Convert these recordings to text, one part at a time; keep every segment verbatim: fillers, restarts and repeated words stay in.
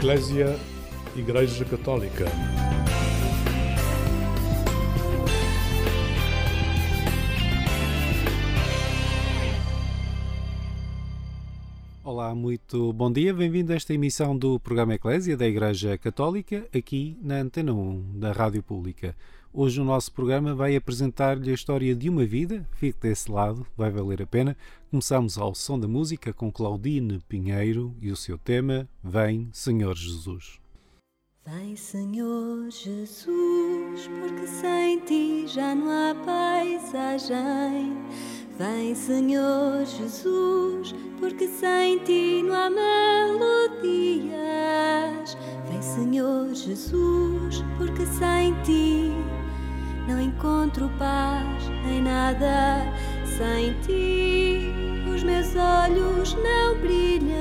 Eclésia, Igreja Católica. Olá, muito bom dia, bem-vindo a esta emissão do programa Eclésia da Igreja Católica, aqui na Antena um da Rádio Pública. Hoje o nosso programa vai apresentar-lhe a história de uma vida, fique desse lado, vai valer a pena. Começamos ao som da música com Claudine Pinheiro e o seu tema Vem, Senhor Jesus. Vem, Senhor Jesus, porque sem ti já não há paisagem. Vem, Senhor Jesus, porque sem ti não há melodias. Vem, Senhor Jesus, porque sem ti não encontro paz em nada. Sem ti os meus olhos não brilham.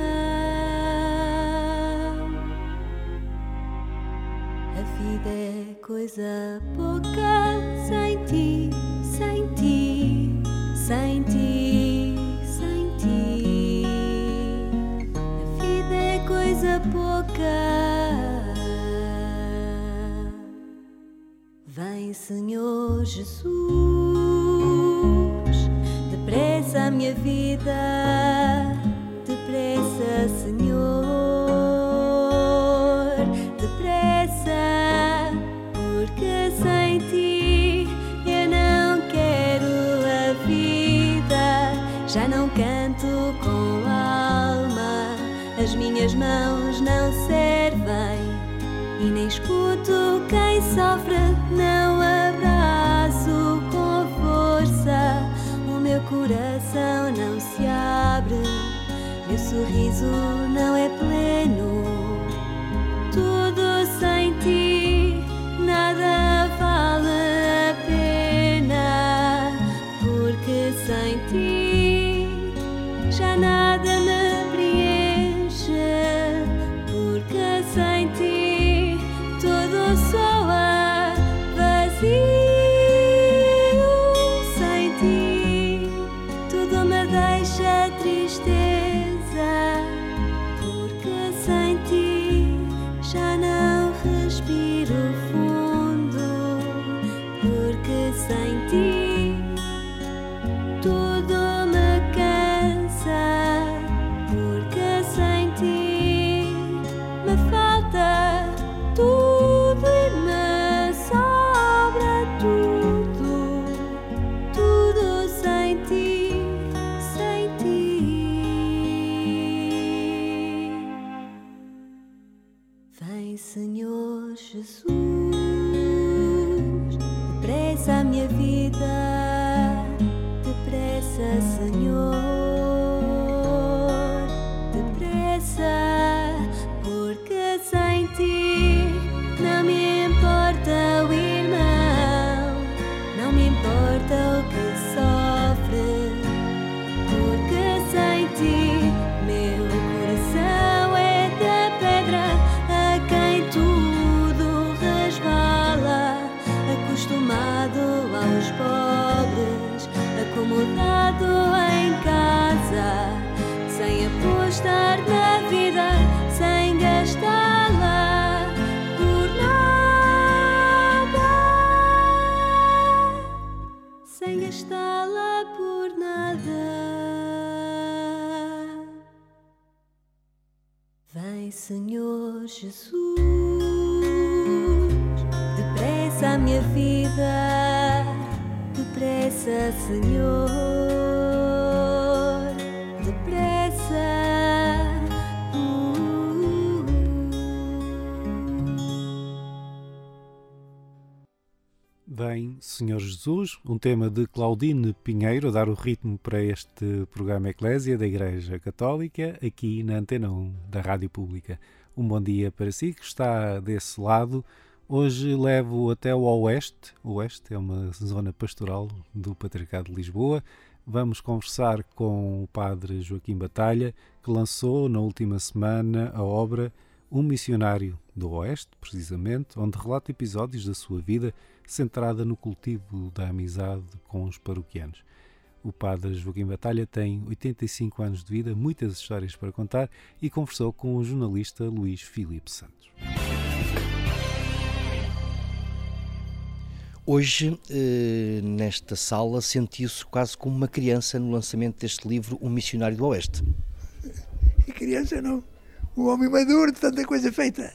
A vida é coisa pouca sem ti, sem ti, sem ti, sem ti. A vida é coisa pouca. Vem, Senhor Jesus, depressa a minha vida, depressa, Senhor, depressa, porque sem ti eu não quero a vida. Já não canto com a alma, as minhas mãos não servem e nem escuto quem sofre, não abraço com força. O meu coração não se abre, meu sorriso não é pleno. Tudo sem ti, nada vale a pena, porque sem ti já nada me preenche, porque sem ti tudo soa vazio. Sem ti tudo me deixa tristeza, porque sem ti já não respiro fundo, porque sem ti tudo me cansa, porque sem ti me falta tudo e me sobra tudo, tudo sem ti, sem ti. Vem, Senhor Jesus, depressa a minha vida, depressa, Senhor, depressa, porque sem ti não me importa o irmão, não me importa o que sofre, porque sem ti meu coração é de pedra, a quem tudo resvala, acostumado aos pobres, acomodado em casa, sem apostar na vida, sem gastá-la por nada, sem gastá-la por nada. Vem, Senhor Jesus, depressa a minha vida, depressa, Senhor, depressa. Vem, Senhor Jesus, um tema de Claudine Pinheiro a dar o ritmo para este programa Eclésia da Igreja Católica, aqui na Antena um da Rádio Pública. Um bom dia para si que está desse lado. Hoje levo até o Oeste, o Oeste é uma zona pastoral do Patriarcado de Lisboa. Vamos conversar com o padre Joaquim Batalha, que lançou na última semana a obra Um Missionário do Oeste, precisamente, onde relata episódios da sua vida centrada no cultivo da amizade com os paroquianos. O padre Joaquim Batalha tem oitenta e cinco anos de vida, muitas histórias para contar e conversou com o jornalista Luís Filipe Santos. Hoje, eh, nesta sala, sentiu-se quase como uma criança no lançamento deste livro, Um Missionário do Oeste. E criança não, um homem maduro de tanta coisa feita.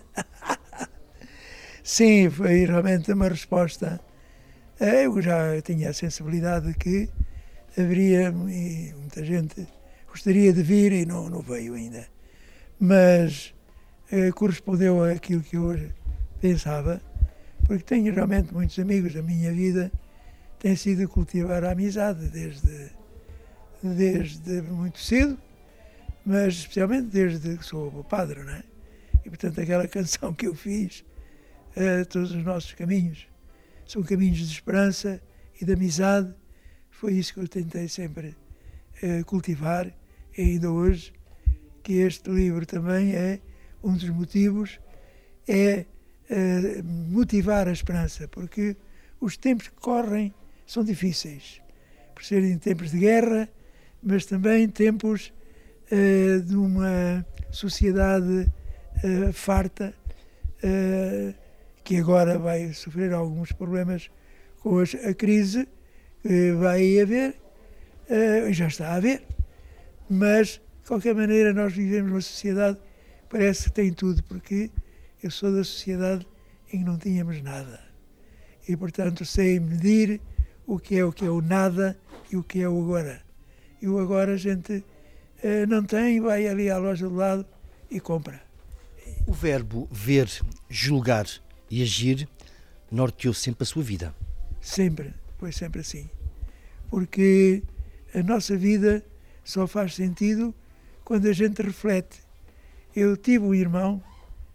Sim, foi realmente uma resposta. Eu já tinha a sensibilidade de que haveria, e muita gente gostaria de vir e não, não veio ainda, mas eh, correspondeu àquilo que eu pensava, porque tenho realmente muitos amigos. A minha vida tem sido cultivar a amizade desde, desde muito cedo, mas especialmente desde que sou padre, não é? E portanto aquela canção que eu fiz, eh, todos os nossos caminhos são caminhos de esperança e de amizade. Foi isso que eu tentei sempre eh, cultivar, e ainda hoje, que este livro também é um dos motivos, é eh, motivar a esperança, porque os tempos que correm são difíceis, por serem tempos de guerra, mas também tempos eh, de uma sociedade eh, farta, eh, que agora vai sofrer alguns problemas com a crise que vai haver, já está a haver, mas de qualquer maneira nós vivemos numa sociedade que parece que tem tudo, porque eu sou da sociedade em que não tínhamos nada e portanto sei medir o que é o que é o nada e o que é o agora. E o agora a gente não tem, vai ali à loja do lado e compra. O verbo ver, julgar e agir norteou sempre a sua vida. Sempre, foi sempre assim. Porque a nossa vida só faz sentido quando a gente reflete. Eu tive um irmão,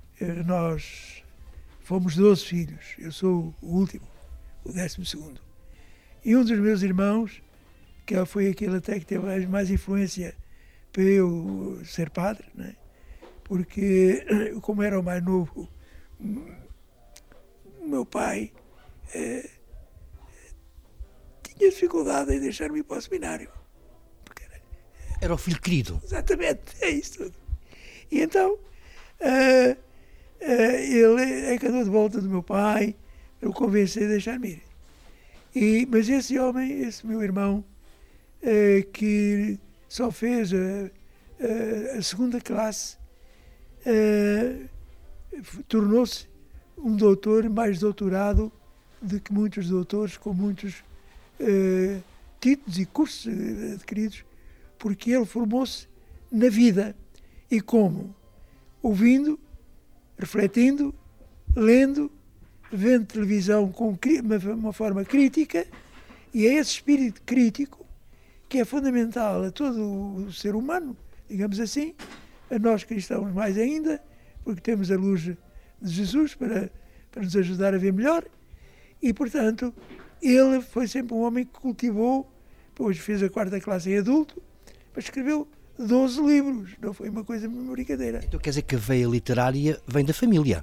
nós fomos doze filhos, eu sou o último, o décimo segundo. E um dos meus irmãos, que foi aquele até que teve mais influência para eu ser padre, né? Porque como era o mais novo, o meu pai eh, tinha dificuldade em deixar-me ir para o seminário. Era, era o filho querido. Exatamente, é isso tudo. E então, uh, uh, ele é que andou de volta do meu pai, eu convenci a deixar-me ir. E, mas esse homem, esse meu irmão, uh, que só fez a, a, a segunda classe, uh, tornou-se um doutor mais doutorado do que muitos doutores com muitos uh, títulos e cursos adquiridos, porque ele formou-se na vida. E como? Ouvindo, refletindo, lendo, vendo televisão com uma, uma forma crítica, e é esse espírito crítico que é fundamental a todo o ser humano, digamos assim, a nós cristãos mais ainda, porque temos a luz de Jesus para, para nos ajudar a ver melhor, e portanto ele foi sempre um homem que cultivou, depois fez a quarta classe em adulto, mas escreveu doze livros, não foi uma coisa, uma brincadeira. Então quer dizer que a veia literária vem da família?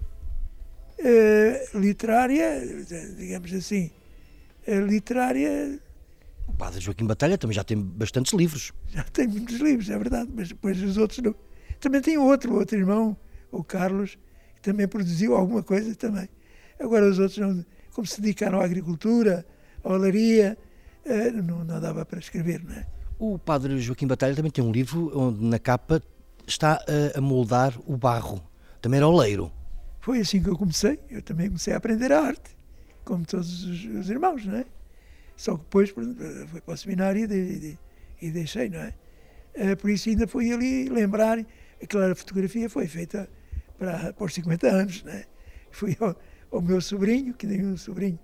Uh, literária, digamos assim, uh, literária... O padre Joaquim Batalha também já tem bastantes livros. Já tem muitos livros, é verdade, mas depois os outros não. Também tem outro, outro irmão, o Carlos, que também produziu alguma coisa também. Agora os outros, não, como se dedicaram à agricultura, à olaria, uh, não, não dava para escrever, não é? O padre Joaquim Batalha também tem um livro onde na capa está a, a moldar o barro. Também era oleiro. Foi assim que eu comecei. Eu também comecei a aprender a arte, como todos os, os irmãos, não é? Só que depois fui para o seminário e, de, de, e deixei, não é? Uh, por isso ainda fui ali lembrar, aquela fotografia foi feita para, para os cinquenta anos, não é? Fui ao, ao meu sobrinho, que tem um sobrinho,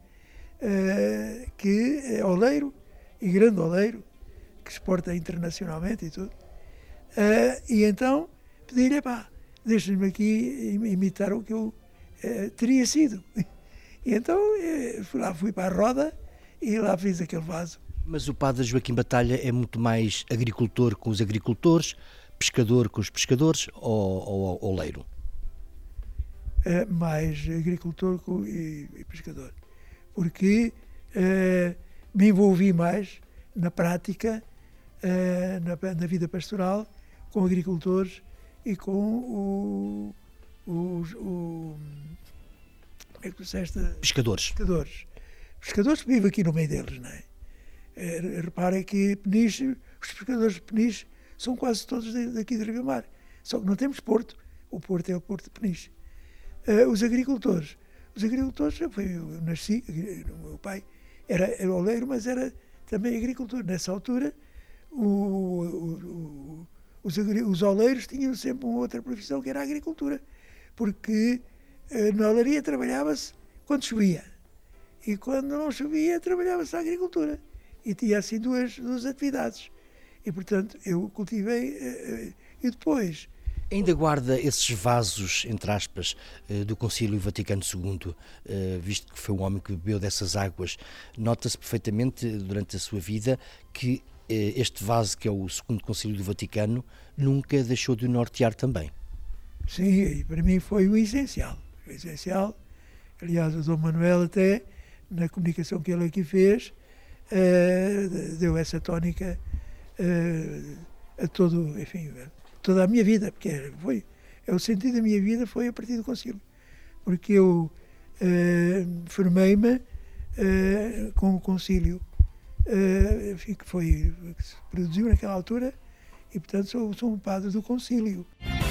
uh, que é oleiro, e grande oleiro, que exporta internacionalmente e tudo. Uh, e então pedi-lhe, pá, deixa-me aqui imitar o que eu uh, teria sido. E então uh, fui lá, fui para a roda e lá fiz aquele vaso. Mas o padre Joaquim Batalha é muito mais agricultor com os agricultores, pescador com os pescadores ou, ou oleiro? Uh, mais agricultor com, e, e pescador. Porque uh, me envolvi mais na prática uh, na, na vida pastoral, com agricultores e com o, os, o, como é que tu disseste? Pescadores. Pescadores. Pescadores que vivem aqui no meio deles, não é? Uh, reparem que Peniche, os pescadores de Peniche são quase todos daqui de Ribamar. Só que não temos porto. O porto é o porto de Peniche. Uh, os agricultores. Os agricultores, eu, fui, eu nasci, o meu pai era, era oleiro, mas era também agricultor. Nessa altura, o, o, o, os, os oleiros tinham sempre uma outra profissão, que era a agricultura. Porque uh, na olaria trabalhava-se quando chovia. E quando não chovia, trabalhava-se na agricultura. E tinha assim duas, duas atividades. E, portanto, eu cultivei. Uh, e depois... Ainda guarda esses vasos, entre aspas, do Concílio Vaticano segundo, visto que foi um homem que bebeu dessas águas. Nota-se perfeitamente, durante a sua vida, que este vaso, que é o segundo Concílio do Vaticano, nunca deixou de o nortear também. Sim, e para mim foi o essencial. O essencial. Aliás, o Dom Manuel até, na comunicação que ele aqui fez, deu essa tónica a todo, enfim... toda a minha vida, porque foi, é o sentido da minha vida foi a partir do concílio, porque eu uh, formei-me uh, com o concílio uh, enfim, que foi que se produziu naquela altura, e portanto sou, sou um padre do concílio.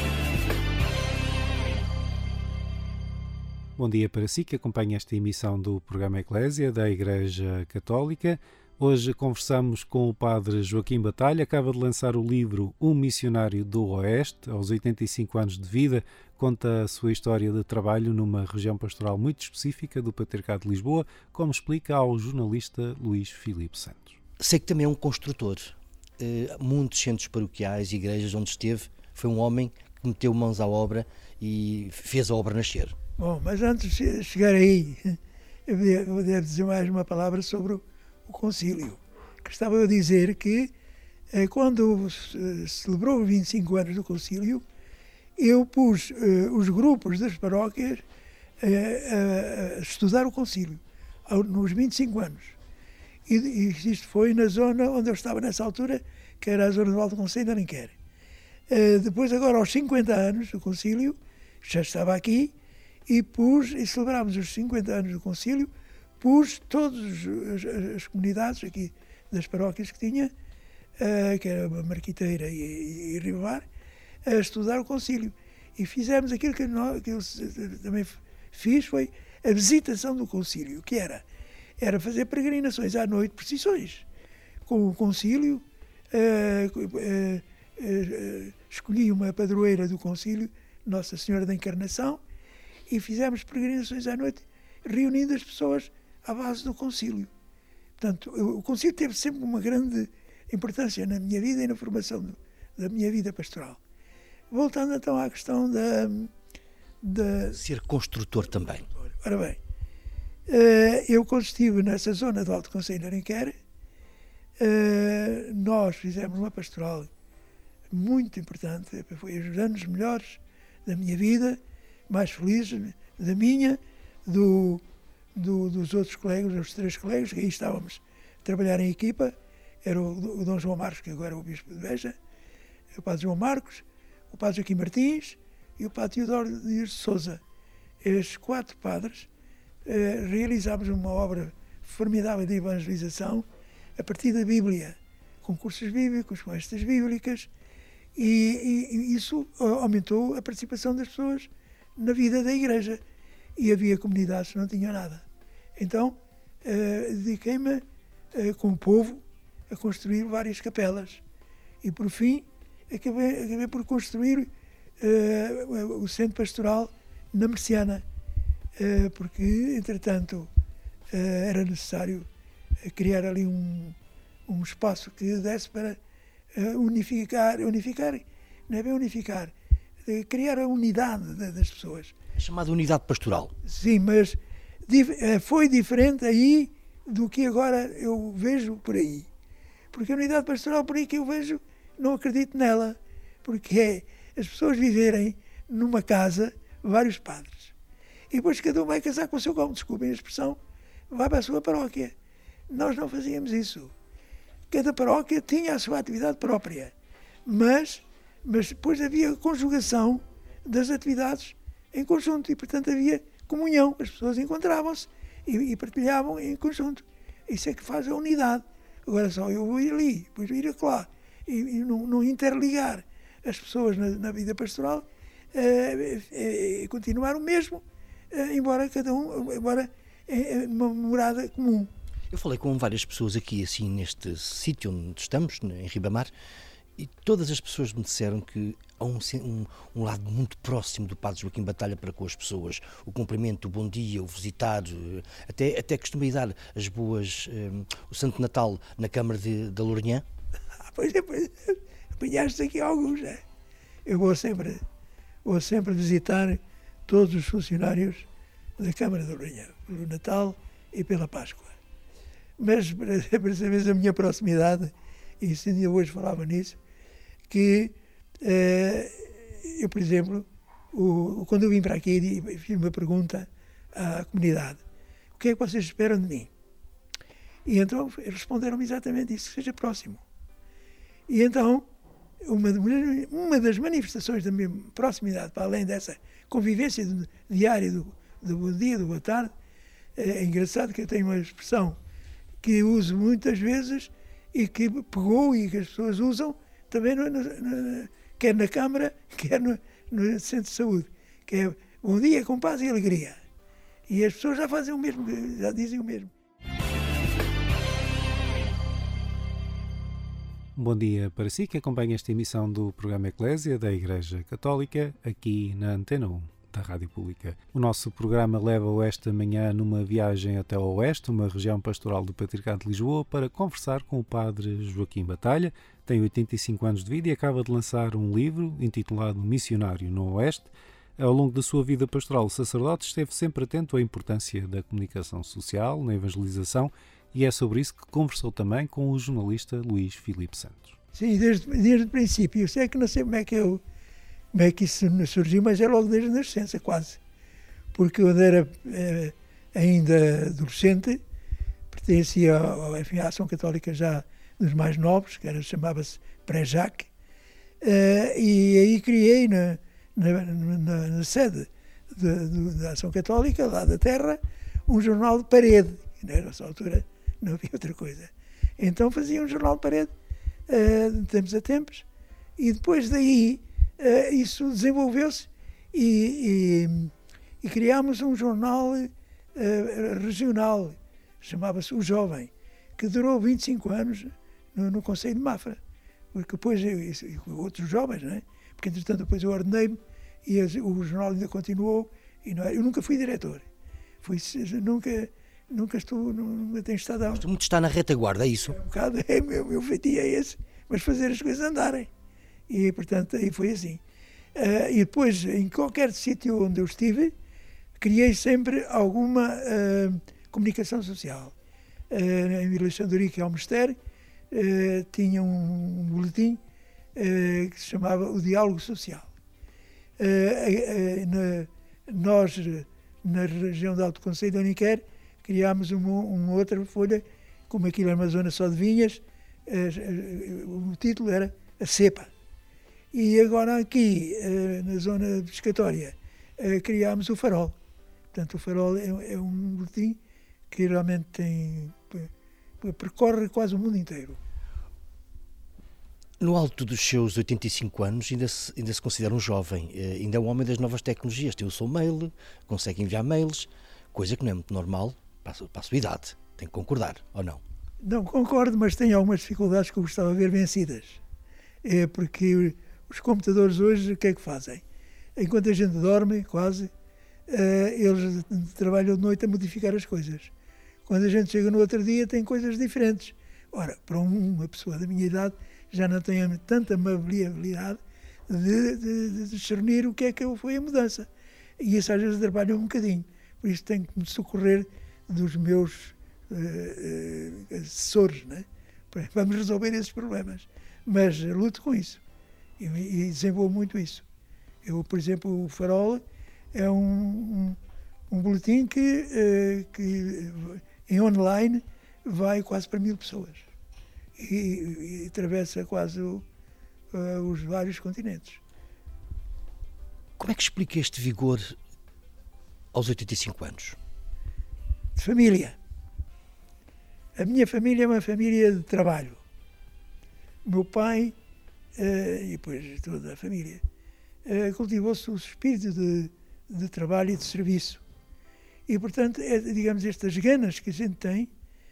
Bom dia para si que acompanha esta emissão do programa Eclésia da Igreja Católica. Hoje conversamos com o padre Joaquim Batalha, acaba de lançar o livro Um Missionário do Oeste, aos oitenta e cinco anos de vida, conta a sua história de trabalho numa região pastoral muito específica do Patriarcado de Lisboa, como explica ao jornalista Luís Filipe Santos. Sei que também é um construtor. Muitos centros paroquiais e igrejas onde esteve, foi um homem que meteu mãos à obra e fez a obra nascer. Bom, mas antes de chegar aí, eu devo dizer mais uma palavra sobre o o concílio, que estava a dizer que eh, quando se celebrou os vinte e cinco anos do concílio, eu pus eh, os grupos das paróquias eh, a estudar o concílio, ao, nos vinte e cinco anos. E, e isto foi na zona onde eu estava nessa altura, que era a zona do Alto Conselho de Alenquer. Eh, depois, agora, aos cinquenta anos do concílio, já estava aqui, e pus, e celebrámos os cinquenta anos do concílio, pus todas as, as comunidades aqui das paróquias que tinha, uh, que era Marquiteira e, e Ribamar, a estudar o concílio. E fizemos aquilo que, nós, que eu também fiz, foi a visitação do concílio, que era, era fazer peregrinações à noite, procissões, com o concílio. Uh, uh, uh, escolhi uma padroeira do concílio, Nossa Senhora da Encarnação, e fizemos peregrinações à noite, reunindo as pessoas à base do concílio. Portanto, o concílio teve sempre uma grande importância na minha vida e na formação do, da minha vida pastoral. Voltando então à questão da... da... Ser construtor também. Ora bem, eu quando estive nessa zona do Alto Conselho de Alenquer, nós fizemos uma pastoral muito importante, foi os anos melhores da minha vida, mais felizes da minha, do... Do, dos outros colegas, os três colegas, que aí estávamos a trabalhar em equipa, era o, o Dom João Marcos, que agora é o Bispo de Beja, o Padre João Marcos, o Padre Joaquim Martins e o Padre Teodoro Dias de Sousa. Estes quatro padres eh, realizámos uma obra formidável de evangelização a partir da Bíblia, com cursos bíblicos, com estas bíblicas, e, e, e isso aumentou a participação das pessoas na vida da Igreja. E havia comunidades que não tinham nada. Então, eh, dediquei-me eh, com o povo a construir várias capelas. E, por fim, acabei, acabei por construir eh, o centro pastoral na Merciana, eh, porque, entretanto, eh, era necessário criar ali um, um espaço que desse para eh, unificar, unificar, não é bem unificar, criar a unidade das pessoas. Chamada unidade pastoral. Sim, mas foi diferente aí do que agora eu vejo por aí. Porque a unidade pastoral por aí que eu vejo, não acredito nela. Porque é as pessoas viverem numa casa, vários padres. E depois cada um vai casar com o seu cônjuge, desculpem a expressão, vai para a sua paróquia. Nós não fazíamos isso. cada paróquia tinha a sua atividade própria, mas, mas depois havia conjugação das atividades em conjunto e, portanto, havia comunhão, as pessoas encontravam-se e, e partilhavam em conjunto. Isso é que faz a unidade. Agora só eu vou ir ali, depois ir lá, e, e não, não interligar as pessoas na, na vida pastoral, é, é, é continuar o mesmo, é, embora cada um, embora é uma morada comum. Eu falei com várias pessoas aqui, assim, neste sítio onde estamos, em Ribamar, e todas as pessoas me disseram que há um, um, um lado muito próximo do Padre Joaquim Batalha para com as pessoas. O cumprimento, o bom dia, o visitar, até, até costuma dar as boas, um, o Santo Natal na Câmara de, de Lourinhã. Ah, pois é, pois é, apanhaste aqui alguns, é? Eu vou sempre, vou sempre visitar todos os funcionários da Câmara de Lourinhã, pelo Natal e pela Páscoa. Mas, para saber a minha proximidade, e se ainda hoje falava nisso, que eh, eu, por exemplo, o, quando eu vim para aqui, fiz uma pergunta à comunidade: o que é que vocês esperam de mim? E então responderam-me exatamente isso, que seja próximo. E então, uma, uma das manifestações da minha proximidade, para além dessa convivência diária do, do bom dia, do boa tarde, é engraçado que eu tenho uma expressão que uso muitas vezes e que pegou e que as pessoas usam também no, no, no, quer na Câmara, quer no, no Centro de Saúde, que é bom dia com paz e alegria. E as pessoas já fazem o mesmo, já dizem o mesmo. Bom dia para si que acompanha esta emissão do programa Eclésia da Igreja Católica, aqui na Antena um da Rádio Pública. O nosso programa leva-o esta manhã numa viagem até ao Oeste, uma região pastoral do Patriarcado de Lisboa, para conversar com o Padre Joaquim Batalha. Tem oitenta e cinco anos de vida e acaba de lançar um livro intitulado Missionário no Oeste. Ao longo da sua vida pastoral, o sacerdote esteve sempre atento à importância da comunicação social, na evangelização, e é sobre isso que conversou também com o jornalista Luís Filipe Santos. Sim, desde, desde o princípio. Eu sei que não sei como é que eu Como é que isso surgiu, mas é logo desde a nascença, quase. Porque quando era eh, ainda adolescente, pertencia ao, enfim, à Ação Católica já dos mais novos, que era, chamava-se Pré-Jac, eh, e aí criei na, na, na, na sede de, de, da Ação Católica, lá da Terra, um jornal de parede. Nessa altura não havia outra coisa. Então fazia um jornal de parede, eh, de tempos a tempos, e depois daí Uh, isso desenvolveu-se e, e, e criámos um jornal uh, regional, chamava-se O Jovem, que durou vinte e cinco anos no, no Conselho de Mafra, porque depois eu, isso, outros jovens, não é? Porque entretanto depois eu ordenei-me e as, o jornal ainda continuou, e não é, eu nunca fui diretor, fui, nunca, nunca, estou, nunca tenho estado a... Muito está na retaguarda, é isso? É um bocado, é, meu, meu feitio é esse, mas fazer as coisas andarem. E, portanto, aí foi assim. Uh, e depois, em qualquer sítio onde eu estive, criei sempre alguma uh, comunicação social. Uh, em Vila Xanduri, que é o Mosteiro, uh, tinha um, um boletim uh, que se chamava O Diálogo Social. Uh, uh, na, nós, na região de Alto Conselho de Oniquer, criámos uma, uma outra folha, como aquilo era uma zona só de vinhas, uh, uh, o título era A Cepa. E agora aqui, na zona pescatória, criámos o Farol. Portanto, o Farol é, é um boletim que realmente tem, percorre quase o mundo inteiro. No alto dos seus oitenta e cinco anos, ainda se, ainda se considera um jovem, ainda é um homem das novas tecnologias. Tem o seu mail, consegue enviar mails, coisa que não é muito normal para a, para a sua idade. Tem que concordar, ou não? Não, concordo, mas tenho algumas dificuldades que eu gostava de ver vencidas. É porque os computadores hoje, o que é que fazem? Enquanto a gente dorme, quase, eles trabalham de noite a modificar as coisas. Quando a gente chega no outro dia, tem coisas diferentes. Ora, para uma pessoa da minha idade, já não tem tanta amabilidade de, de, de discernir o que é que foi a mudança. E isso às vezes atrapalha um bocadinho. Por isso tenho que me socorrer dos meus uh, uh, assessores, né? Vamos resolver esses problemas. Mas luto com isso. E, e desenvolvo muito isso. Eu, por exemplo, o Farol é um, um, um boletim que, uh, que em online vai quase para mil pessoas. e, e atravessa quase o, uh, os vários continentes. Como é que explica este vigor aos oitenta e cinco anos? De família. A minha família é uma família de trabalho. O meu pai, uh, e depois toda a família, uh, cultivou-se o espírito de, de trabalho e de serviço. E, portanto, é, digamos, estas ganas que a gente tem,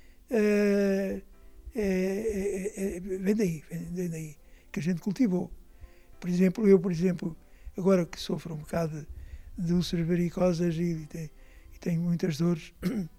uh, é, é, é, vem daí, vem daí, que a gente cultivou. Por exemplo, eu, por exemplo, agora que sofro um bocado de úlceras varicosas e, e, e tenho muitas dores,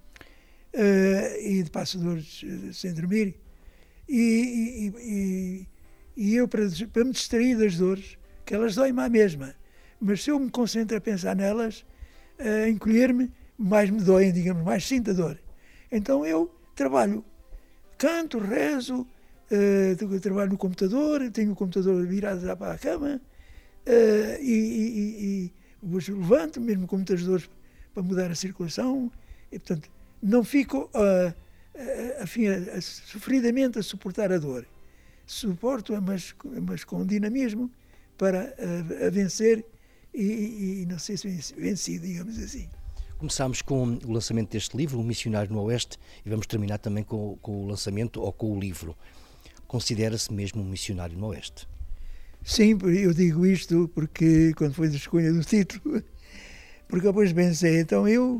uh, e de passo dores sem dormir, e, e, e, e eu, para, para me distrair das dores, que elas doem-me à mesma, mas se eu me concentro a pensar nelas, a encolher-me, mais me doem, digamos, mais sinto a dor. Então eu trabalho, canto, rezo, uh, trabalho no computador, tenho o computador virado já para a cama, uh, e, e, e levanto mesmo com muitas dores para mudar a circulação, e portanto não fico uh, uh, afim, a, a, sofridamente a suportar a dor. Suporto-a, mas, mas com dinamismo para uh, a vencer e, e, e não sei se venci, digamos assim. Começámos com o lançamento deste livro, O Missionário no Oeste, e vamos terminar também com, com o lançamento ou com o livro. Considera-se mesmo um missionário no Oeste? Sim, eu digo isto porque, quando foi a escolha do título, porque depois pensei, então eu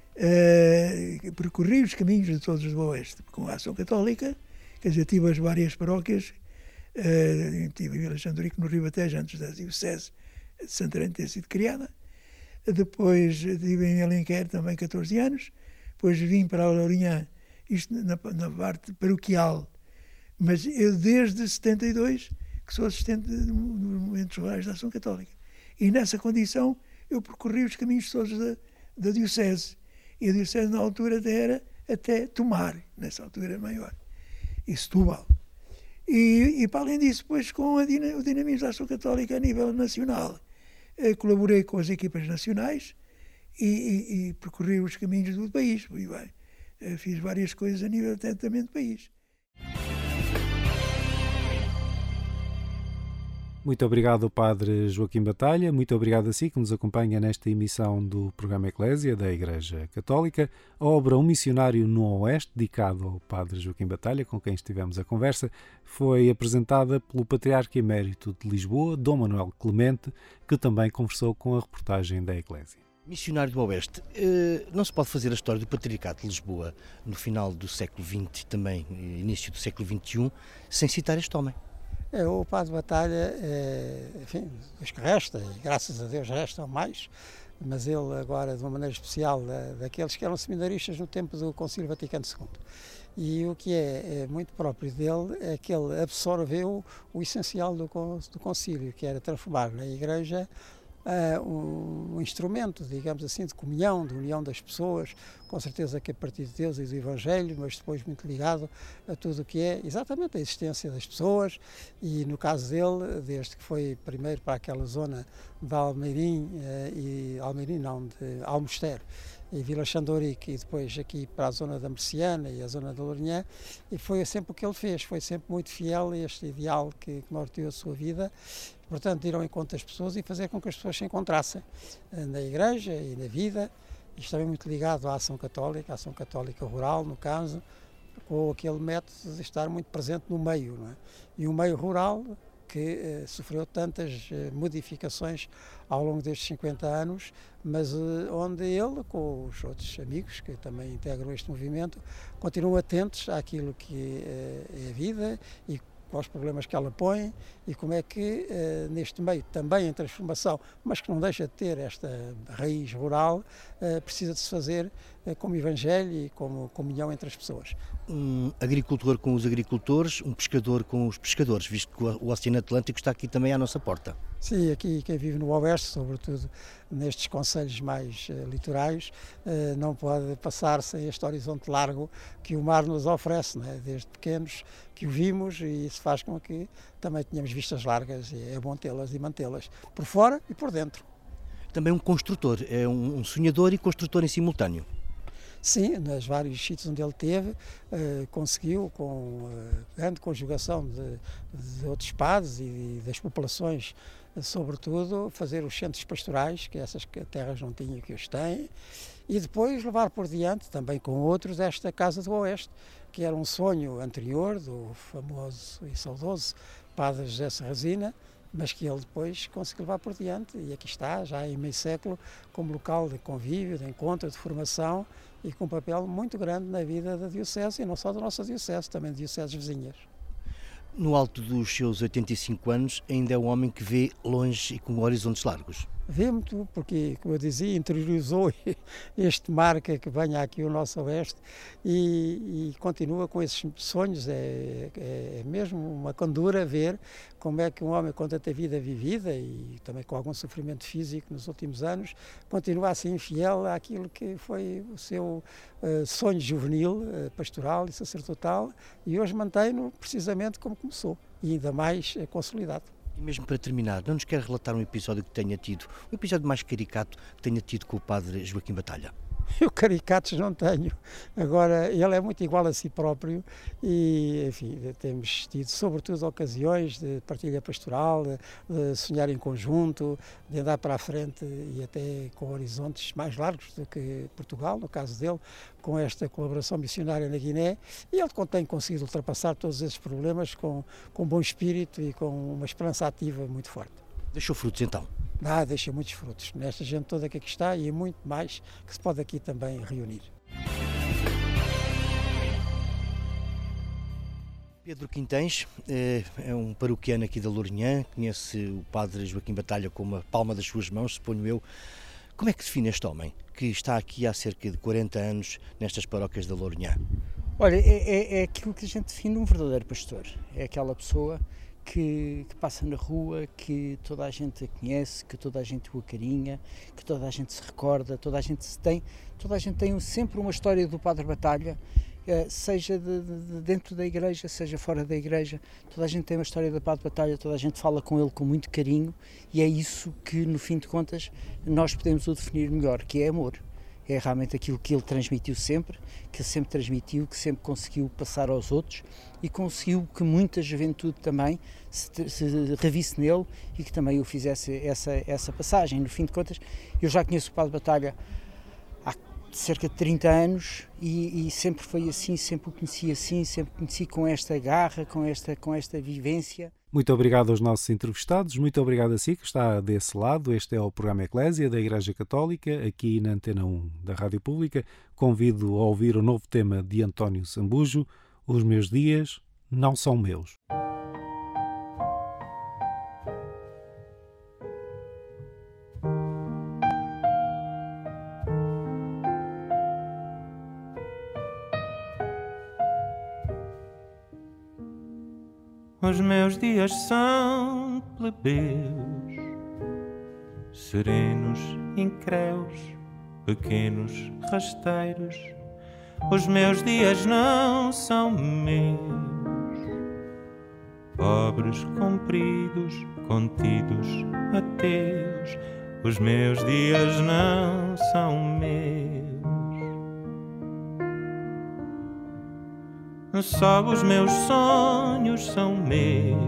uh, percorri os caminhos de todos do Oeste, com a Ação Católica, quer dizer, tive as várias paróquias, uh, tive em Vila Xandorico, no Ribatejo, antes da Diocese de Santarém ter sido criada. Depois estive em Alenquer também catorze anos, depois vim para a Lourinhã, isto na, na parte paroquial, mas eu desde setenta e dois que sou assistente dos movimentos rurais da Ação Católica. E nessa condição eu percorri os caminhos todos da, da Diocese. E a Diocese na altura até era até Tomar, nessa altura maior, e Setúbal. E, e para além disso, depois com a, o dinamismo da Ação Católica a nível nacional, colaborei com as equipas nacionais e, e, e percorri os caminhos do país. Fui bem. Fiz várias coisas a nível até também do país. Muito obrigado, Padre Joaquim Batalha. Muito obrigado a si que nos acompanha nesta emissão do programa Eclésia da Igreja Católica. A obra Um Missionário no Oeste, dedicado ao Padre Joaquim Batalha, com quem estivemos a conversa, foi apresentada pelo Patriarca Emérito de Lisboa, Dom Manuel Clemente, que também conversou com a reportagem da Eclésia. Missionário do Oeste, não se pode fazer a história do Patriarcado de Lisboa no final do século vinte, também início do século vinte e um, sem citar este homem. É, o Padre Batalha, é, enfim, os que resta, e graças a Deus restam mais, mas ele agora, de uma maneira especial, da, daqueles que eram seminaristas no tempo do Concílio Vaticano segundo. E o que é, é muito próprio dele é que ele absorveu o essencial do, do Concílio, que era transformar na Igreja Uh, um, um instrumento, digamos assim, de comunhão, de união das pessoas, com certeza que a partir de Deus e do Evangelho, mas depois muito ligado a tudo o que é exatamente a existência das pessoas, e no caso dele, desde que foi primeiro para aquela zona de Almeirim, uh, e Almeirim não, de Almoster, e Vila Xandorico, e depois aqui para a zona da Merciana e a zona da Lourinhã, e foi sempre o que ele fez, foi sempre muito fiel a este ideal que, que norteou a sua vida. Portanto, ir ao encontro das pessoas e fazer com que as pessoas se encontrassem na igreja e na vida. Isto também muito ligado à ação católica, à ação católica rural, no caso, com aquele método de estar muito presente no meio, não é? E o meio rural, que eh, sofreu tantas eh, modificações ao longo destes cinquenta anos, mas eh, onde ele, com os outros amigos que também integram este movimento, continuam atentos àquilo que eh, é a vida e com os problemas que ela põe e como é que uh, neste meio também em transformação, mas que não deixa de ter esta raiz rural, uh, precisa de se fazer uh, como evangelho e como comunhão entre as pessoas. Um agricultor com os agricultores, um pescador com os pescadores, visto que o Oceano Atlântico está aqui também à nossa porta. Sim, aqui quem vive no Oeste, sobretudo nestes concelhos mais uh, litorais, uh, não pode passar sem este horizonte largo que o mar nos oferece, não é? Desde pequenos que o vimos, e isso faz com que também tenhamos vistas largas, e é bom tê-las e mantê-las por fora e por dentro. Também um construtor, é um sonhador e construtor em simultâneo. sim, nos vários sítios onde ele teve, uh, conseguiu, com uh, grande conjugação de, de outros padres e das populações, uh, sobretudo, fazer os centros pastorais, que essas terras não tinham, que os têm, e depois levar por diante, também com outros, esta Casa do Oeste, que era um sonho anterior do famoso e saudoso padre José Serrazina, mas que ele depois conseguiu levar por diante, e aqui está, já em meio século, como local de convívio, de encontro, de formação, e com um papel muito grande na vida da Diocese, e não só da nossa Diocese, também de dioceses vizinhas. No alto dos seus oitenta e cinco anos, ainda é um homem que vê longe e com horizontes largos. Vê muito, porque, como eu dizia, interiorizou este mar que venha aqui ao nosso oeste e, e continua com esses sonhos. É, é mesmo uma candura ver como é que um homem, com tanta vida vivida e também com algum sofrimento físico nos últimos anos, continua assim fiel àquilo que foi o seu uh, sonho juvenil, uh, pastoral e sacerdotal, e hoje mantém-no precisamente como começou, e ainda mais uh, consolidado. E mesmo para terminar, não nos quer relatar um episódio que tenha tido, um episódio mais caricato que tenha tido com o padre Joaquim Batalha? Eu caricatos não tenho. Agora, ele é muito igual a si próprio e, enfim, temos tido sobretudo ocasiões de partilha pastoral, de, de sonhar em conjunto, de andar para a frente e até com horizontes mais largos do que Portugal, no caso dele, com esta colaboração missionária na Guiné, e ele tem conseguido ultrapassar todos esses problemas com, com bom espírito e com uma esperança ativa muito forte. Deixou frutos então? Ah, deixa muitos frutos, nesta gente toda que aqui está e muito mais que se pode aqui também reunir. Pedro Quintães é um paroquiano aqui da Lourinhã, conhece o padre Joaquim Batalha como a palma das suas mãos, suponho eu. Como é que define este homem que está aqui há cerca de quarenta anos nestas paróquias da Lourinhã? Olha, é, é, é aquilo que a gente define um verdadeiro pastor, é aquela pessoa Que, que passa na rua, que toda a gente a conhece, que toda a gente o acarinha, que toda a gente se recorda, toda a gente se tem, toda a gente tem sempre uma história do Padre Batalha, seja de, de dentro da igreja, seja fora da igreja, toda a gente tem uma história do Padre Batalha, toda a gente fala com ele com muito carinho, e é isso que, no fim de contas, nós podemos o definir melhor, que é amor. É realmente aquilo que ele transmitiu sempre, que ele sempre transmitiu, que sempre conseguiu passar aos outros e conseguiu que muita juventude também se, se revisse nele e que também o fizesse essa, essa passagem. No fim de contas, eu já conheço o Padre Batalha há cerca de trinta anos e, e sempre foi assim, sempre o conheci assim, sempre o conheci com esta garra, com esta, com esta vivência. Muito obrigado aos nossos entrevistados, muito obrigado a si que está desse lado. Este é o programa Eclésia da Igreja Católica, aqui na Antena um da Rádio Pública. Convido a ouvir o novo tema de António Zambujo, Os Meus Dias Não São Meus. Os meus dias são plebeus, serenos, incréus, pequenos rasteiros. Os meus dias não são meus, pobres, compridos, contidos, ateus. Os meus dias não são meus. Só os meus sonhos são meus,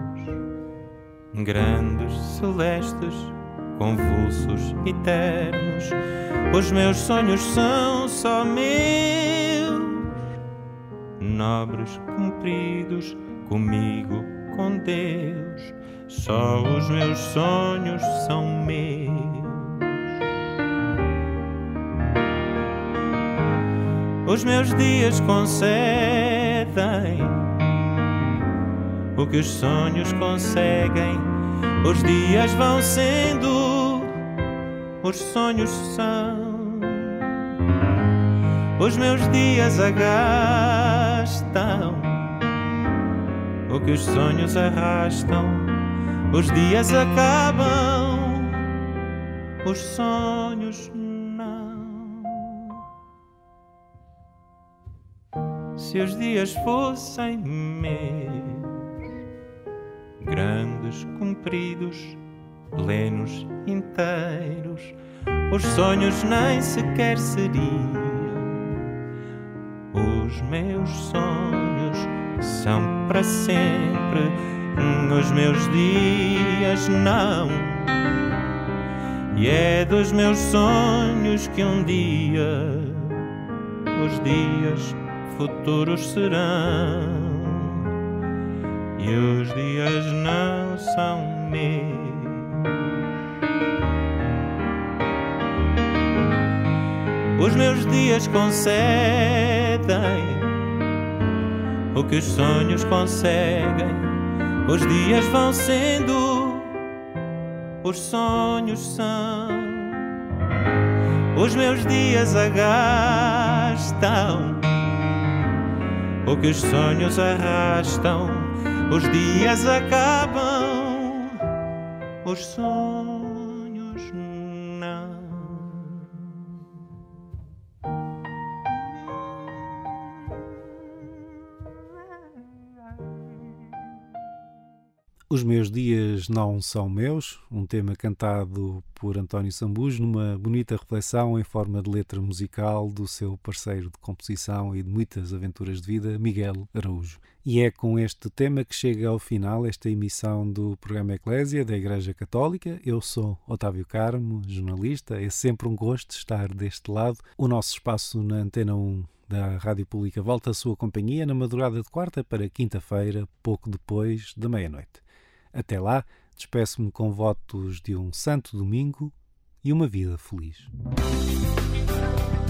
grandes, celestes, convulsos, eternos. Os meus sonhos são só meus, nobres, cumpridos, comigo, com Deus. Só os meus sonhos são meus. Os meus dias concedem o que os sonhos conseguem. Os dias vão sendo, os sonhos são. Os meus dias agastam o que os sonhos arrastam. Os dias acabam, os sonhos não. Se os dias fossem meus, grandes, compridos, plenos, inteiros, os sonhos nem sequer seriam Os meus sonhos são para sempre, os meus dias não. E é dos meus sonhos que um dia os dias futuros serão. E os dias não são meus. Os meus dias concedem o que os sonhos conseguem. Os dias vão sendo, os sonhos são. Os meus dias agastam o que os sonhos arrastam. Os dias acabam, os sonhos não. Os meus dias não são meus, um tema cantado por António Zambujo numa bonita reflexão em forma de letra musical do seu parceiro de composição e de muitas aventuras de vida, Miguel Araújo. E é com este tema que chega ao final esta emissão do programa Eclésia da Igreja Católica. Eu sou Otávio Carmo, jornalista. É sempre um gosto estar deste lado. O nosso espaço na Antena um da Rádio Pública volta à sua companhia na madrugada de quarta para quinta-feira, pouco depois da meia-noite. Até lá, despeço-me com votos de um santo domingo e uma vida feliz.